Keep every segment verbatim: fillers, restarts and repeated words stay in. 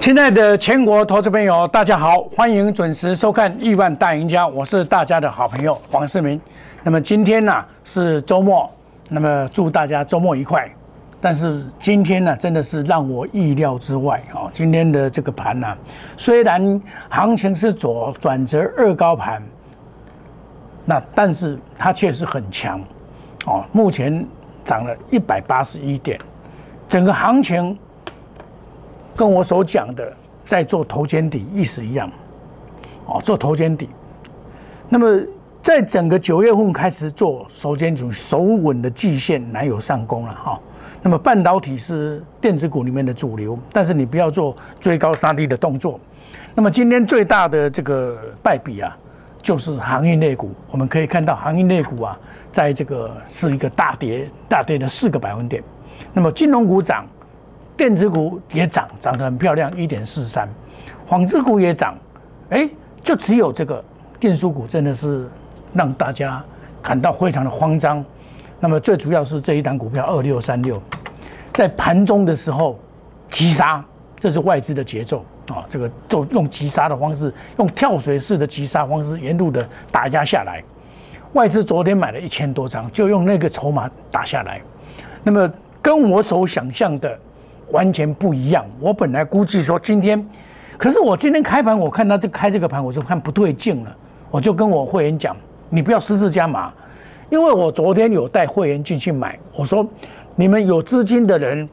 亲爱的全国投资朋友，大家好，欢迎准时收看《亿万大赢家》，我是大家的好朋友黄世明。那么今天呢、啊、是周末，那么祝大家周末愉快。但是今天呢、啊、真的是让我意料之外啊、哦！今天的这个盘呢、啊，虽然行情是左转折二高盘，那但是它确实很强哦，目前涨了一百八十一点，整个行情跟我所讲的在做头肩底意思一样，哦，做头肩底。那么在整个九月份开始做首肩底守稳的季线乃有上攻了哈。那么半导体是电子股里面的主流，但是你不要做追高杀低的动作。那么今天最大的这个败笔啊，就是航运类股。我们可以看到航运类股啊，在这个是一个大跌，大跌的四个百分点。那么金融股涨。电子股也涨，涨得很漂亮，一点四三，纺织股也涨，哎，就只有这个电输股真的是让大家感到非常的慌张。那么最主要是这一档股票二六三六，在盘中的时候急杀，这是外资的节奏啊，这个就用急杀的方式，用跳水式的急杀方式沿路的打压下来。外资昨天买了一千多张，就用那个筹码打下来。那么跟我所想象的完全不一样。我本来估计说今天，可是我今天开盘，我看到这开这个盘，我就看不对劲了，我就跟我会员讲，你不要私自加码，因为我昨天有带会员进去买，我说你们有资金的人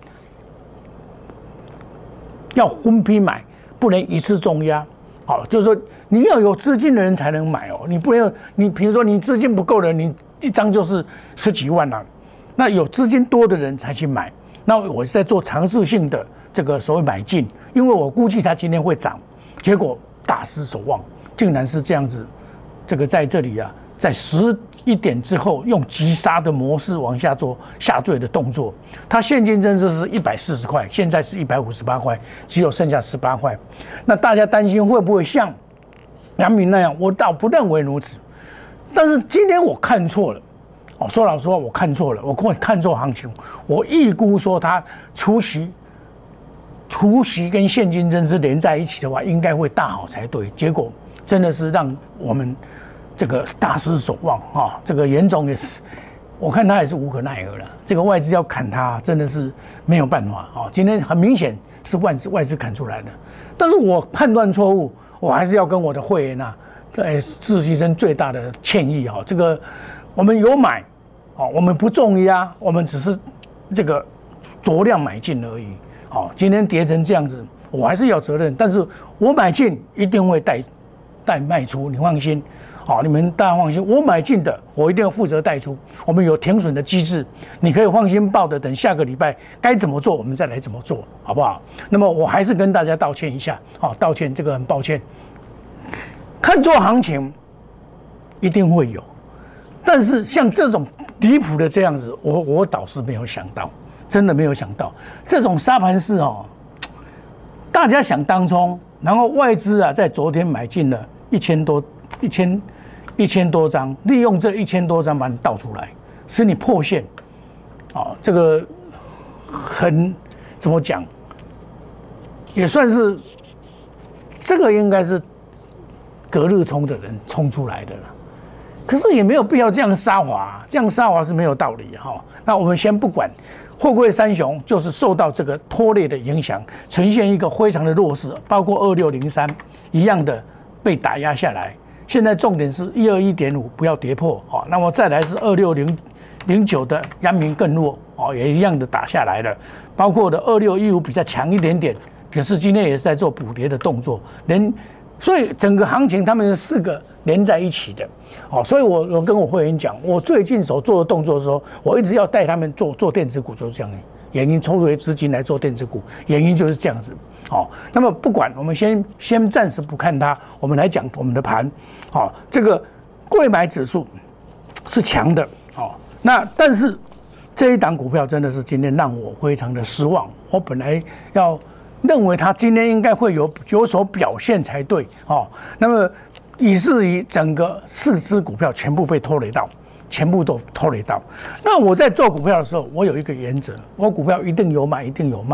要分批买，不能一次重压。好，就是说你要有资金的人才能买哦，你不能你比如说你资金不够的人，你一张就是十几万了，那有资金多的人才去买。那我是在做尝试性的这个所谓买进，因为我估计它今天会涨，结果大失所望，竟然是这样子。这个在这里啊，在十一点之后用急杀的模式往下做下坠的动作，它现金增值是一百四十块，现在是一百五十八块，只有剩下十八块。那大家担心会不会像阳明那样？我倒不认为如此，但是今天我看错了。哦，说老实话，我看错了，我看错行情。我预估说它除息、除息跟现金增资连在一起的话，应该会大好才对。结果真的是让我们这个大失所望啊、哦！这个严总也是，我看他也是无可奈何了。这个外资要砍他，真的是没有办法啊、哦！今天很明显是外资外资砍出来的，但是我判断错误，我还是要跟我的会员啊，呃，致一声最大的歉意啊、哦！这个。我们有买，哦，我们不重压，我们只是这个酌量买进而已。好，今天跌成这样子，我还是有责任，但是我买进一定会带带卖出，你放心。好，你们大家放心，我买进的，我一定要负责带出。我们有停损的机制，你可以放心抱的。等下个礼拜该怎么做，我们再来怎么做，好不好？那么我还是跟大家道歉一下，好，道歉，这个很抱歉。看错行情一定会有。但是像这种离谱的这样子，我我倒是没有想到，真的没有想到这种沙盘式哦，大家想当冲，然后外资啊在昨天买进了一千多一千一千多张，利用这一千多张把你倒出来，使你破线，哦，这个很怎么讲，也算是这个应该是隔日冲的人冲出来的了。可是也没有必要这样杀华，这样杀华是没有道理哈。那我们先不管，货柜三雄就是受到这个拖累的影响，呈现一个非常的弱势，包括二六零三一样的被打压下来。现在重点是一二一点五不要跌破哦。那么再来是二六零零九的阳明更弱哦，也一样的打下来了。包括的二六一五比较强一点点，可是今天也是在做补跌的动作，连。所以整个行情他们是四个连在一起的，哦，所以我我跟我会员讲，我最近所做的动作的时候，我一直要带他们做做电子股，就是这样的原因，抽回资金来做电子股，原因就是这样子，哦，那么不管我们先先暂时不看它，我们来讲我们的盘，哦，这个柜买指数是强的，哦，那但是这一档股票真的是今天让我非常的失望，我本来要。认为它今天应该会有有所表现才对哦，那么以至于整个四只股票全部被拖累到，全部都拖累到。那我在做股票的时候，我有一个原则，我股票一定有买，一定有卖。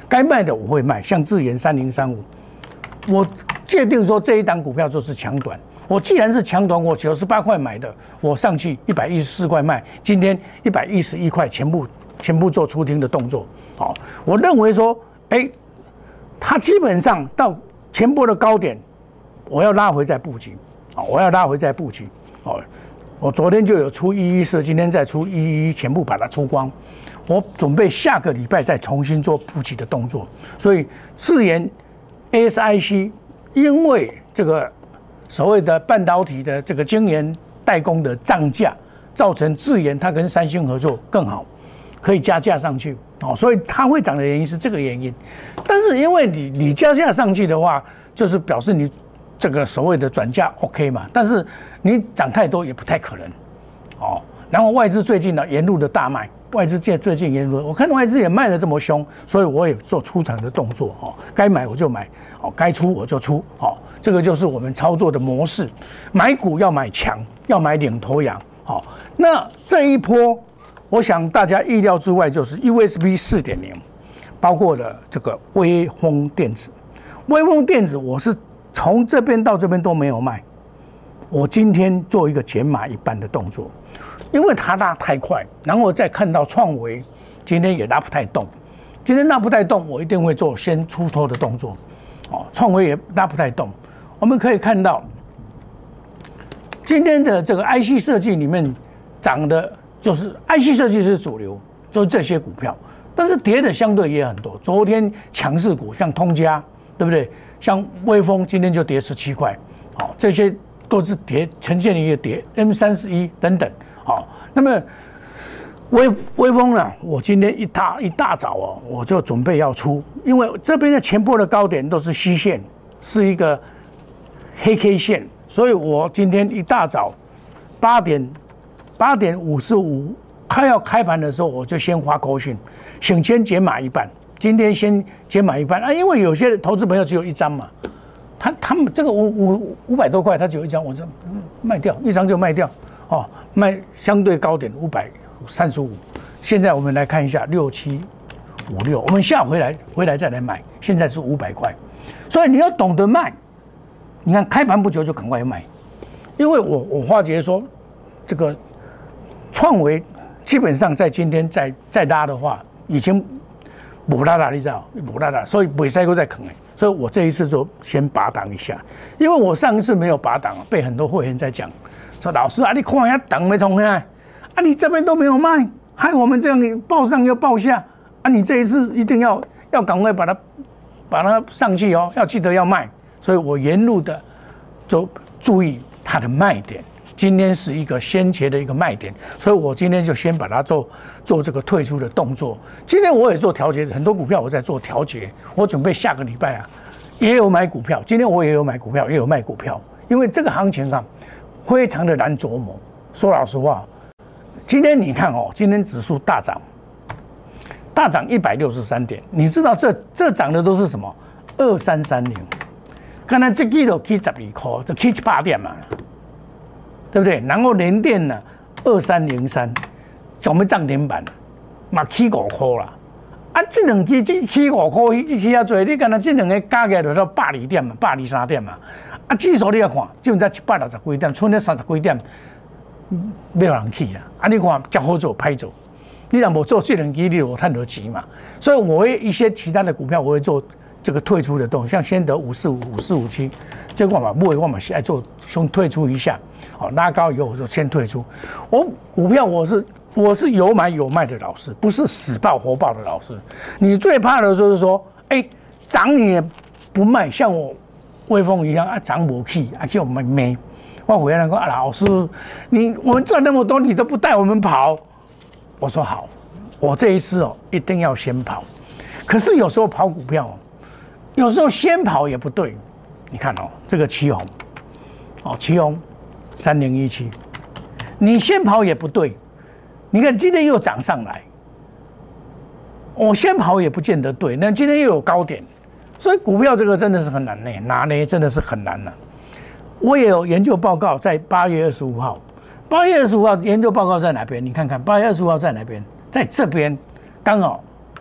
该卖的我会卖，像智研三零三五，我界定说这一档股票就是强短。我既然是强短，我九十八块买的，我上去一百一十四块卖，今天一百一十一块全部全部做出清的动作。好，我认为说，哎，它基本上到前波的高点，我要拉回再布局，好，我要拉回再布局。好，我昨天就有出一一四，今天再出一一，全部把它出光。我准备下个礼拜再重新做布局的动作，所以智研 A S I C 因为这个所谓的半导体的这个晶圆代工的涨价，造成智研它跟三星合作更好，可以加价上去哦，所以它会涨的原因是这个原因。但是因为你你加价上去的话，就是表示你这个所谓的转价 OK 嘛，但是你涨太多也不太可能哦。然后外资最近呢沿路的大卖。外资界最近沿路，我看外资也卖得这么凶，所以我也做出场的动作哦，该买我就买，哦，该出我就出，哦，这个就是我们操作的模式。买股要买强，要买领头羊，好，那这一波，我想大家意料之外，就是 U S B 四点零，包括了这个微风电子，微风电子我是从这边到这边都没有卖，我今天做一个减码一半的动作。因为它拉太快，然后再看到创维今天也拉不太动，今天拉不太动，我一定会做先出脱的动作。哦，创维也拉不太动，我们可以看到今天的这个 I C 设计里面涨的，就是 I C 设计是主流，就是这些股票，但是跌的相对也很多。昨天强势股像通家，对不对？像微风今天就跌十七块，好，这些都是跌，呈现一个跌 M 三十一等等。好，那么微微风呢？我今天一大一大早哦，我就准备要出，因为这边的前波的高点都是虚线，是一个黑 K 线，所以我今天一大早八点八点五十五快要开盘的时候，我就先发口讯，请先减码一半，今天先减码一半啊，因为有些投资朋友只有一张嘛，他他们这个五五五百多块，他只有一张，我就卖掉一张就卖掉。哦，卖相对高点五百三十五，现在我们来看一下六七五六，我们下回来回来再来买，现在是五百块，所以你要懂得卖。你看开盘不久就赶快卖，因为我我发觉说，这个创维基本上在今天再再拉的话，已经不拉拉，你知道不拉拉，所以尾赛都在啃哎，所以我这一次就先拔档一下，因为我上一次没有拔档，被很多会员在讲。说老师啊，你看一下档没冲下，啊，你这边都没有卖，害我们这样报上又报下，啊，你这一次一定要要赶快把它把它上去哦，要记得要卖，所以我沿路的就注意它的卖点。今天是一个先前的一个卖点，所以我今天就先把它做做这个退出的动作。今天我也做调节，很多股票我在做调节，我准备下个礼拜啊也有买股票，今天我也有买股票，也有卖股票，因为这个行情啊。非常的难琢磨。说老实话，今天你看哦，今天指数大涨，大涨一百六十三点。你知道这这涨的都是什么？二三三零，刚才这个都起十二块，就起七八点嘛，对不对？然后联电呢，二三零三，我们涨停板嘛起五块啦。啊，这两支起起五块，起啊多，你看那这两个加起来就到百二点嘛，百二三点嘛。啊，指数你要看，就在一百六十几点，剩咧三十几点，没有人去啦。啊，你看，较好做，歹做。你若无做这两支，你就无赚到钱嘛。所以我会一些其他的股票，我会做这个退出的动作，像先得五四五、五四五七，这个我嘛不会，我嘛爱做先退出一下。好，拉高以后我就先退出。我股票我是我是有买有卖的老师，不是死抱活抱的老师。你最怕的就是说，哎、欸，涨你也不卖，像我。微风一样啊，涨不起，啊叫我们没。我回来说啊，老师，你我们赚那么多，你都不带我们跑。我说好，我这一次哦，一定要先跑。可是有时候跑股票，有时候先跑也不对。你看哦，这个旗宏，哦旗宏三零一七，你先跑也不对。你看今天又涨上来，我先跑也不见得对。那今天又有高点。所以股票这个真的是很难呢，拿呢真的是很难了。我也有研究报告，在八月二十五号，八月二十五号研究报告在哪边？你看看，八月二十五号在哪边？在这边，刚好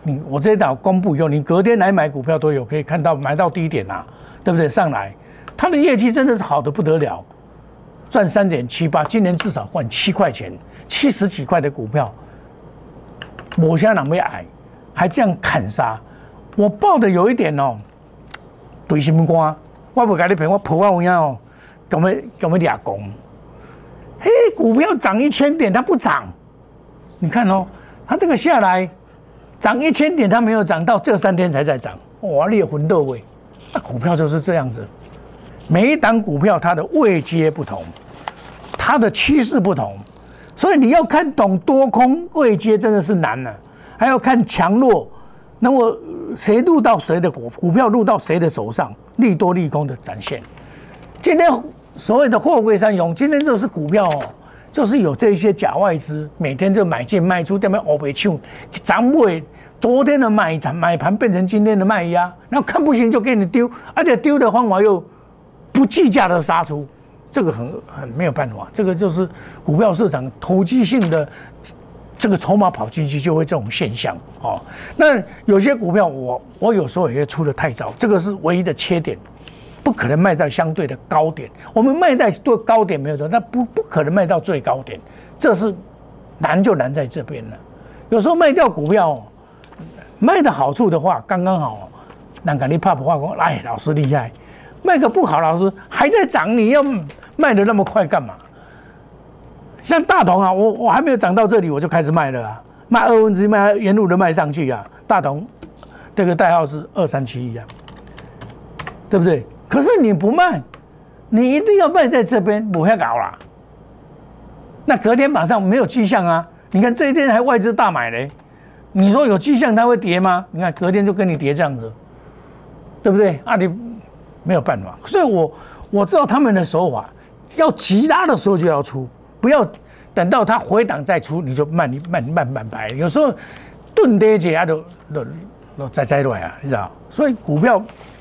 你我这一档公布以后，你隔天来买股票都有可以看到买到低点啊，对不对？上来，它的业绩真的是好的不得了，赚三点七八，今年至少赚七块钱，七十几块的股票，我现在哪没矮，还这样砍杀，我报的有一点哦，对心肝，我不跟你骗，我破我有影哦，咁么咁么俩公，嘿，股票涨一千点它不涨，你看哦，它这个下来。涨一千点，它没有涨到，这三天才在涨，哇！你也魂斗位，那股票就是这样子，每一档股票它的位阶不同，它的趋势不同，所以你要看懂多空位阶真的是难了、啊，还要看强弱，那么谁入到谁的股股票入到谁的手上，利多利空的展现。今天所谓的货柜三雄，今天就是股票哦。就是有这些假外资，每天就买进卖出，在那边黑白抢，涨尾昨天的买盘买盘变成今天的卖压，然后看不行就给你丢，而且丢的方法又不计价的杀出，这个很很没有办法，这个就是股票市场投机性的这个筹码跑进去就会这种现象哦。那有些股票我我有时候也会出的太早，这个是唯一的缺点。不可能卖到相对的高点，我们卖在对高点没有错，但不不可能卖到最高点，这是难就难在这边了。有时候卖掉股票，卖的好处的话，刚刚好，那个你怕不怕？说，哎，老师厉害，卖个不好，老师还在涨，你要卖的那么快干嘛？像大同啊，我我还没有涨到这里，我就开始卖了啊，卖二分之一，卖沿路的卖上去啊。大同这个代号是二三七一啊，对不对？可是你不卖，你一定要卖在这边，不要搞啦。那隔天马上没有迹象啊！你看这一天还外资大买嘞，你说有迹象它会跌吗？你看隔天就跟你跌这样子，对不对？啊，你没有办法。所以我我知道他们的手法，要急拉的时候就要出，不要等到它回档再出，你就慢慢慢慢排。有时候钝跌起来都都都栽栽落啊，你知道？所以股票。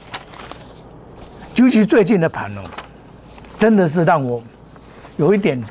尤其最近的盘哦，真的是让我有一点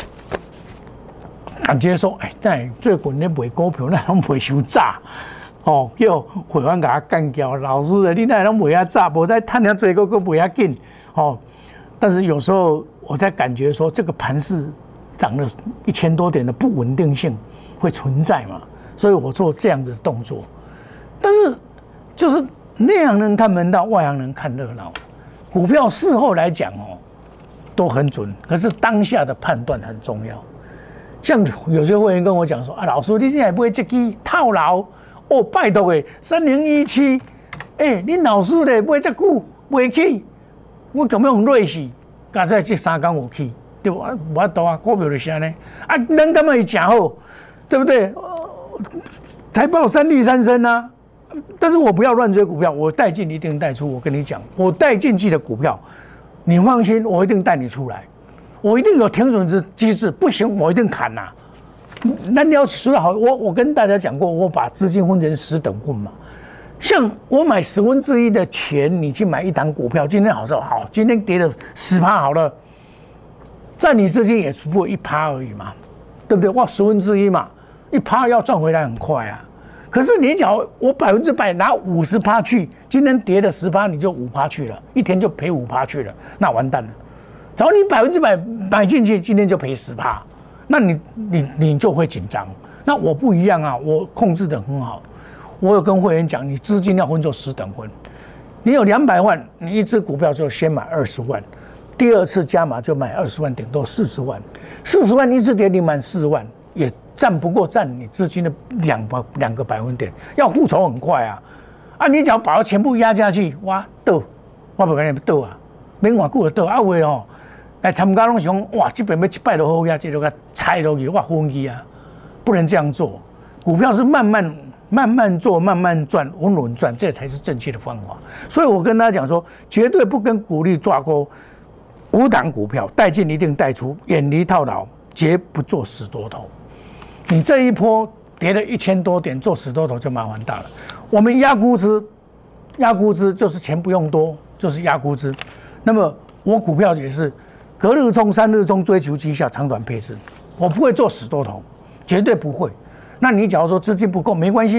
感觉说，哎，但最近咧卖股票，那拢卖伤早，哦，叫会员给他干掉。老师的，你那拢卖遐早，无再赚遐多个个卖遐紧，哦。但是有时候我在感觉说，这个盘势涨了一千多点的不稳定性会存在嘛，所以我做这样的动作。但是就是内行人看门道，外行人看热闹。股票事后来讲哦，都很准，可是当下的判断很重要。像有些会员跟我讲说啊，老师，你现在买这支套牢哦，拜托诶，三零一七，哎，你老师咧买这久买起，我咁样累死，加在这三天有起，对不？我多啊，股票就是安尼啊，人干嘛会真好，对不对？财报三利三升啊。但是我不要乱追股票，我带进一定带出。我跟你讲，我带进去的股票，你放心，我一定带你出来，我一定有停损之机制，不行我一定砍呐、啊。那你要说好，我我跟大家讲过，我把资金分成十等份嘛。像我买十分之一的钱，你去买一档股票，今天好说好，今天跌了十趴好了，占你资金也只不过一趴而已嘛，对不对？哇，十分之一嘛，一趴要赚回来很快啊。可是你讲我百分之百拿五十趴去，今天跌了十趴，你就五趴去了，一天就赔五趴去了，那完蛋了。只要你百分之百买进去，今天就赔十趴，那你你你就会紧张。那我不一样啊，我控制得很好。我有跟会员讲，你资金要分作十等份，你有两百万，你一只股票就先买二十万，第二次加码就买二十万，顶多四十万，四十万一次跌你满四万也。占不过占你资金的两百两个百分点，要复仇很快啊！啊，你只要把它全部压下去，哇，倒，我不跟你倒啊，免偌久就倒啊，为哦，来参加拢想哇，这边要一摆就好呀，这就个踩落去，哇，昏去啊！不能这样做，股票是慢慢慢慢做，慢慢赚，稳稳赚，这才是正确的方法。所以我跟大家讲说，绝对不跟股利挂钩，五档股票带进一定带出，远离套牢，绝不做死多头。你这一波跌了一千多点，做死多头就麻烦大了。我们压估值，压估值就是钱不用多，就是压估值。那么我股票也是隔日冲、三日冲，追求绩效，长短配置。我不会做死多头，绝对不会。那你假如说资金不够，没关系，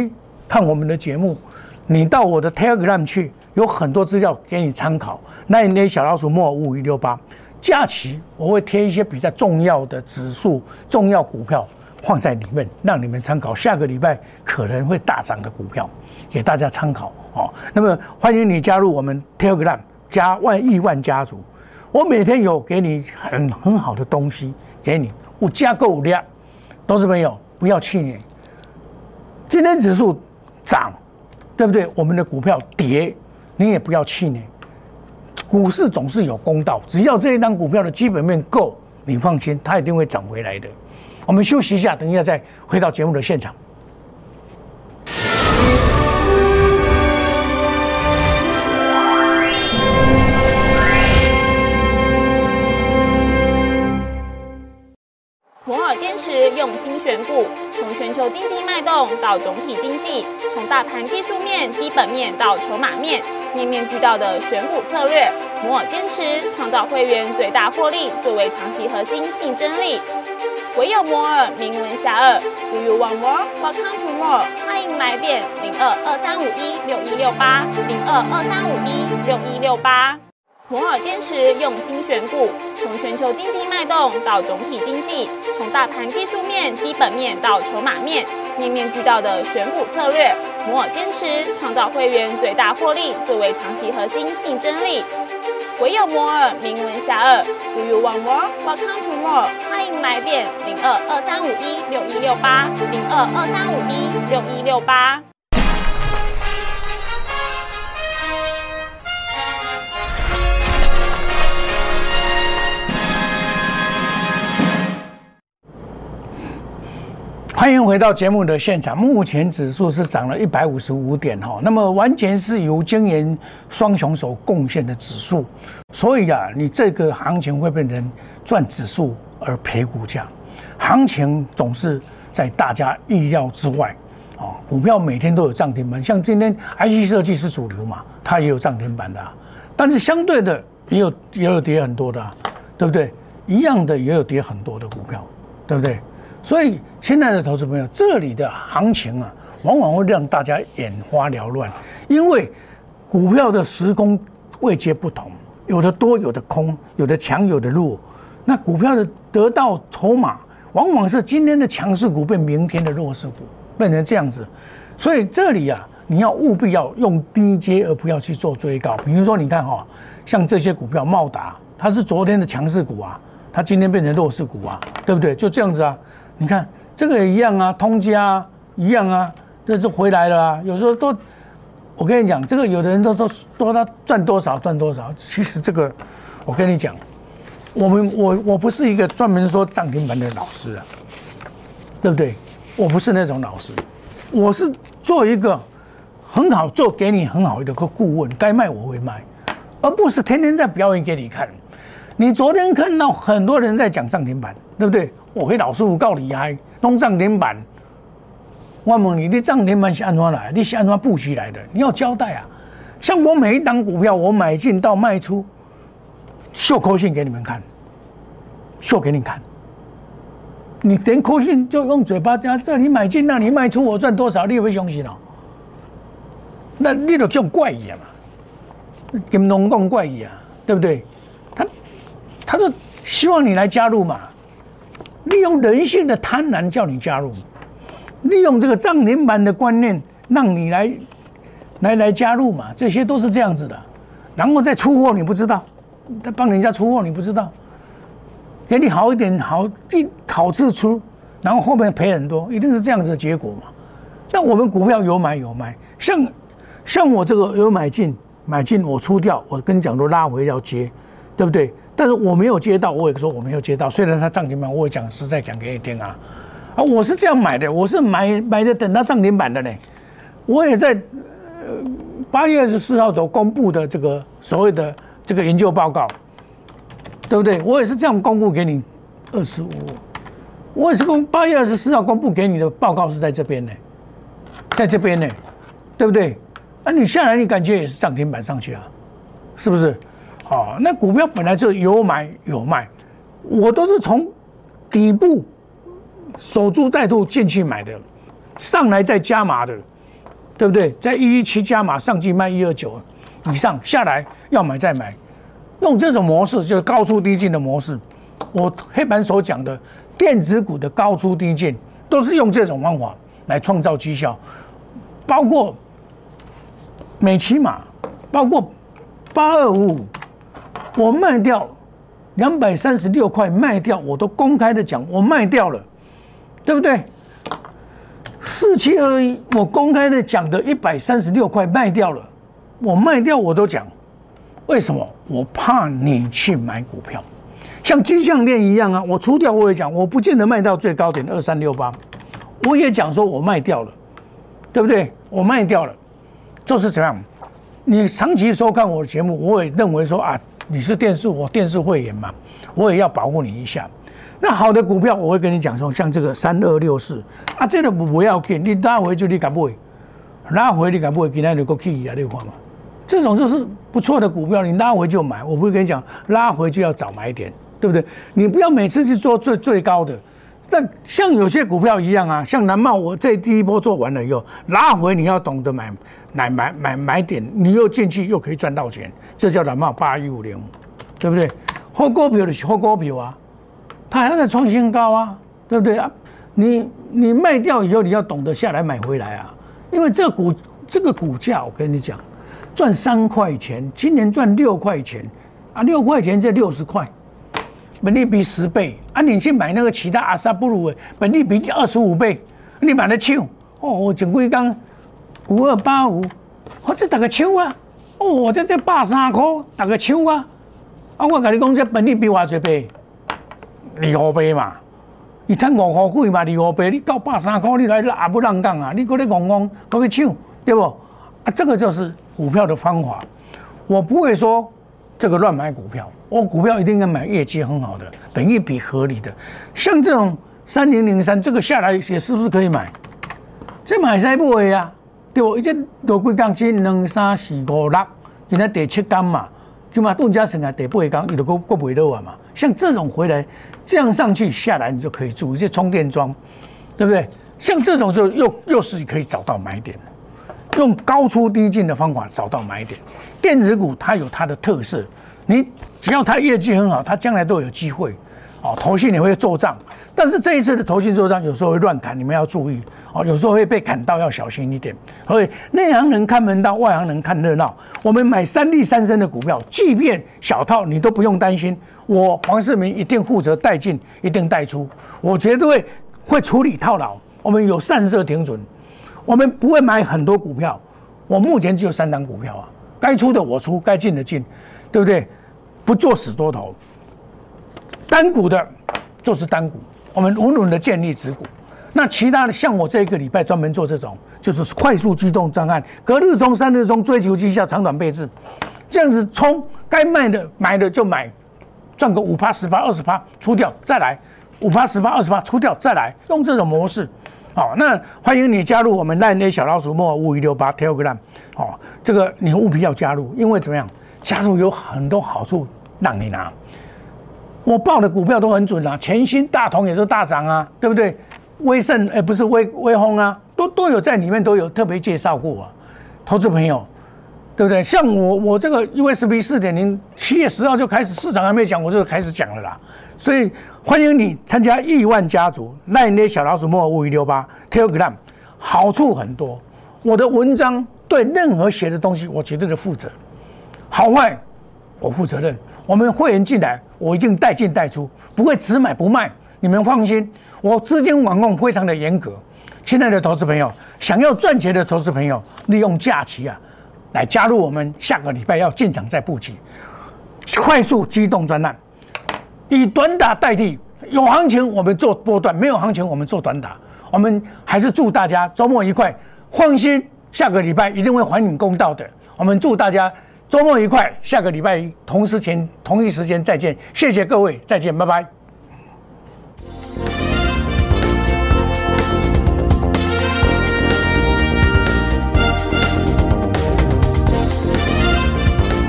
看我们的节目，你到我的 Telegram 去，有很多资料给你参考。那那小老鼠莫五五一六八，假期我会贴一些比较重要的指数、重要股票放在里面，让你们参考。下个礼拜可能会大涨的股票，给大家参考哦。那么欢迎你加入我们 Telegram 加万亿万家族，我每天有给你很很好的东西给你，我加购量，投资朋友不要气馁。今天指数涨，对不对？我们的股票跌，你也不要气馁。股市总是有公道，只要这一档股票的基本面够，你放心，它一定会涨回来的。我们休息一下，等一下再回到节目的现场。 摩尔坚持用心选股，从全球经济脉动到总体经济，从大盘技术面、基本面到筹码面，面面俱到的选股策略。摩尔坚持创造会员最大获利作为长期核心竞争力。唯有摩尔名闻遐迩。Do you want more? Welcome to more。欢迎来电零二二三五一六一六八零二二三五一六一六八。摩尔坚持用心选股，从全球经济脉动到总体经济，从大盘技术面、基本面到筹码面，面面俱到的选股策略。摩尔坚持创造会员最大获利作为长期核心竞争力。唯有摩尔名闻遐迩。Do you want more? Welcome to more。欢迎来电零二二三五一六一六八零二二三五一六一六八。 欢迎回到节目的现场。目前指数是涨了一百五十五点哈，那么完全是由晶圆双雄所贡献的指数，所以啊，你这个行情会变成赚指数而赔股价，行情总是在大家意料之外啊。股票每天都有涨停板，像今天 I C 设计是主流嘛，它也有涨停板的、啊，但是相对的也有也有跌很多的、啊，对不对？一样的也有跌很多的股票，对不对？所以，亲爱的投资朋友，这里的行情啊，往往会让大家眼花缭乱，因为股票的时空位阶不同，有的多，有的空，有的强，有的弱。那股票的得到筹码，往往是今天的强势股变明天的弱势股，变成这样子。所以这里啊，你要务必要用低阶，而不要去做追高。比如说，你看哈、哦，像这些股票，茂达，它是昨天的强势股啊，它今天变成弱势股啊，对不对？就这样子啊。你看这个也一样啊，通家、啊、一样啊，这就回来了啊。有时候都，我跟你讲，这个有的人都都说他赚多少赚多少，其实这个，我跟你讲，我们我我不是一个专门说涨停板的老师啊，对不对？我不是那种老师，我是做一个很好做给你很好的一个顾问，该卖我会卖，而不是天天在表演给你看。你昨天看到很多人在讲涨停板，对不对？我给老师傅够厉害，弄涨停板。我问你，你涨停板是按怎来？你是按怎布局来的？你要交代啊！像我每一档股票，我买进到卖出，秀扣信给你们看，秀给你看。你连扣信就用嘴巴讲，这你买进，那你卖出，我赚多少？你会不会相信哦？那你就叫怪异啊嘛，金融讲怪异啊，对不对？他他说希望你来加入嘛。利用人性的贪婪叫你加入，利用这个涨停板的观念让你来来来加入嘛，这些都是这样子的。然后再出货你不知道，他帮人家出货你不知道，给你好一点好好次出，然后后面赔很多，一定是这样子的结果嘛。但我们股票有买有卖，像像我这个有买进买进我出掉，我跟你讲都拉回要接，对不对？但是我没有接到，我也说我没有接到。虽然它涨停板，我也讲实在讲给你听啊，啊，我是这样买的，我是买买的等它涨停板的呢。我也在呃八月二十四号所公布的这个所谓的这个研究报告，对不对？我也是这样公布给你二十五，我也是公八月二十四号公布给你的报告是在这边呢，在这边呢，对不对？啊，你下来你感觉也是涨停板上去啊，是不是？哦，那股票本来就有买有卖，我都是从底部守株待兔进去买的，上来再加码的， 对不对？在一一七加码上去卖一二九以上，下来要买再买，用这种模式就是高出低进的模式。我黑板所讲的电子股的高出低进，都是用这种方法来创造绩效，包括美骑马，包括八二五五，我卖掉两百三十六块卖掉，我都公开的讲，我卖掉了，对不对？四七二一，我公开的讲的一百三十六块卖掉了，我卖掉我都讲，为什么？我怕你去买股票，像金项链一样啊，我出掉我也讲，我不见得卖到最高点二三六八，我也讲说我卖掉了，对不对？我卖掉了，就是怎样？你长期收看我的节目，我也认为说啊，你是电视我电视会员嘛，我也要保护你一下。那好的股票，我会跟你讲说，像这个三二六四啊，这个不要紧，你拉回就你敢买，拉回你敢买，今天就够起啊，你看嘛，这种就是不错的股票，你拉回就买，我不会跟你讲拉回就要早买点，对不对？你不要每次去做最最高的。但像有些股票一样啊，像南茂，我这第一波做完了以后，拉回你要懂得买买买买买点，你又进去又可以赚到钱，这叫南茂八一五零，对不对？好股票就是好股票啊。它还要再创新高啊，对不对啊？你你卖掉以后，你要懂得下来买回来啊，因为这个股这个股价，我跟你讲，赚三块钱，今年赚六块钱啊，六块钱这六十块，本利比十倍啊，你去买那个其他阿萨布鲁的，本利比二十五倍，你买得起哦？我前几天五二八五，我这大个抢啊！哦，我这这百三块，大个抢啊！啊，我跟你讲，这本利比偌济倍？二五倍嘛，你赚五块几嘛，二五倍，你到百三块，你来也不让讲啊，你搁咧戆戆，搁去抢，对不？啊，这个就是股票的方法。我不会说这个乱买股票，我股票一定要买业绩很好的，本益比合理的。像这种三零零三，这个下来也是不是可以买？这买使买呀，对不？伊这落几工钱，两三四五六，今仔第七天嘛。就嘛，顿家省啊，第八天你都过过不了啊嘛。像这种回来，这样上去下来，你就可以注意这充电桩，对不对？像这种就又又是可以找到买点，用高出低进的方法找到买点。电子股它有它的特色，你只要它业绩很好，它将来都有机会。哦，投信也会做账，但是这一次的投信做账有时候会乱砍，你们要注意哦。有时候会被砍到，要小心一点。所以内行人看门道，外行人看热闹。我们买三利三升的股票，即便小套，你都不用担心。我黄世明一定负责带进，一定带出，我绝对会处理套牢。我们有散射停损，我们不会买很多股票。我目前只有三档股票啊，该出的我出，该进的进，对不对？不做死多头。单股的就是单股，我们稳稳的建立子股。那其他的像我这个礼拜专门做这种，就是快速机动专案，隔日冲、三日冲，追求绩效，长短倍置，这样子冲，该卖的买的就买，赚个五趴、十趴、二十趴出掉，再来五趴、十趴、二十趴出掉，再来，用这种模式。好，那欢迎你加入我们 LINE 小老鼠莫五一六八 Telegram。好，这个你务必要加入，因为怎么样？加入有很多好处让你拿。我报的股票都很准啊，全新大同也都大涨啊，对不对？威盛哎、欸，不是威威锋啊，都都有在里面都有特别介绍过啊。投资朋友，对不对？像我我这个 U S B 四点零，七月十号就开始，市场还没讲，我就开始讲了啦。所以欢迎你参加亿万家族 ，LINE 小老鼠莫五一六八 Telegram， 好处很多。我的文章对任何写的东西，我绝对的负责，好坏我负责任。我们会员进来，我已经带进带出，不会只买不卖，你们放心。我资金管控非常的严格。亲爱的投资朋友，想要赚钱的投资朋友，利用假期啊，来加入我们下个礼拜要进场再布局，快速机动专案，以短打代替。有行情我们做波段，没有行情我们做短打。我们还是祝大家周末愉快，放心，下个礼拜一定会还你公道的。我们祝大家周末愉快，下个礼拜一同时前同一时间再见，谢谢各位，再见，拜拜。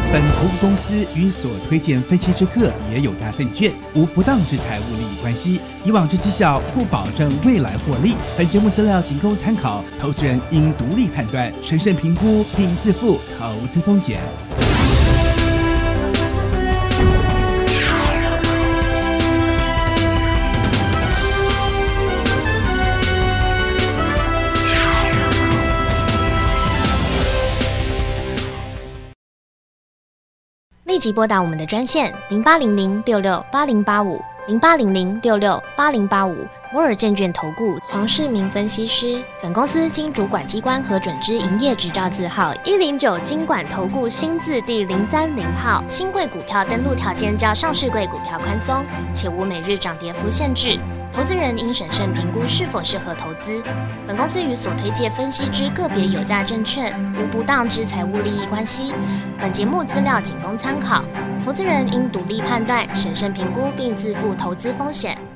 本投顾公司与所推荐分析之个别有价证券无不当之财务利益关系，以往之绩效不保证未来获利。本节目资料仅供参考，投资人应独立判断、审慎评估并自负投资风险。 立即拨打我们的专线零八零零六六八零八五零八零零六六八零八五摩尔证券投顾黄世明分析师。本公司经主管机关核准之营业执照字号一零九金管投顾新字第零三零号。新贵股票登录条件较上市贵股票宽松，且无每日涨跌幅限制。投资人应审慎评估是否适合投资。本公司与所推介分析之个别有价证券无不当之财务利益关系。本节目资料仅供参考，投资人应独立判断、审慎评估并自负投资风险。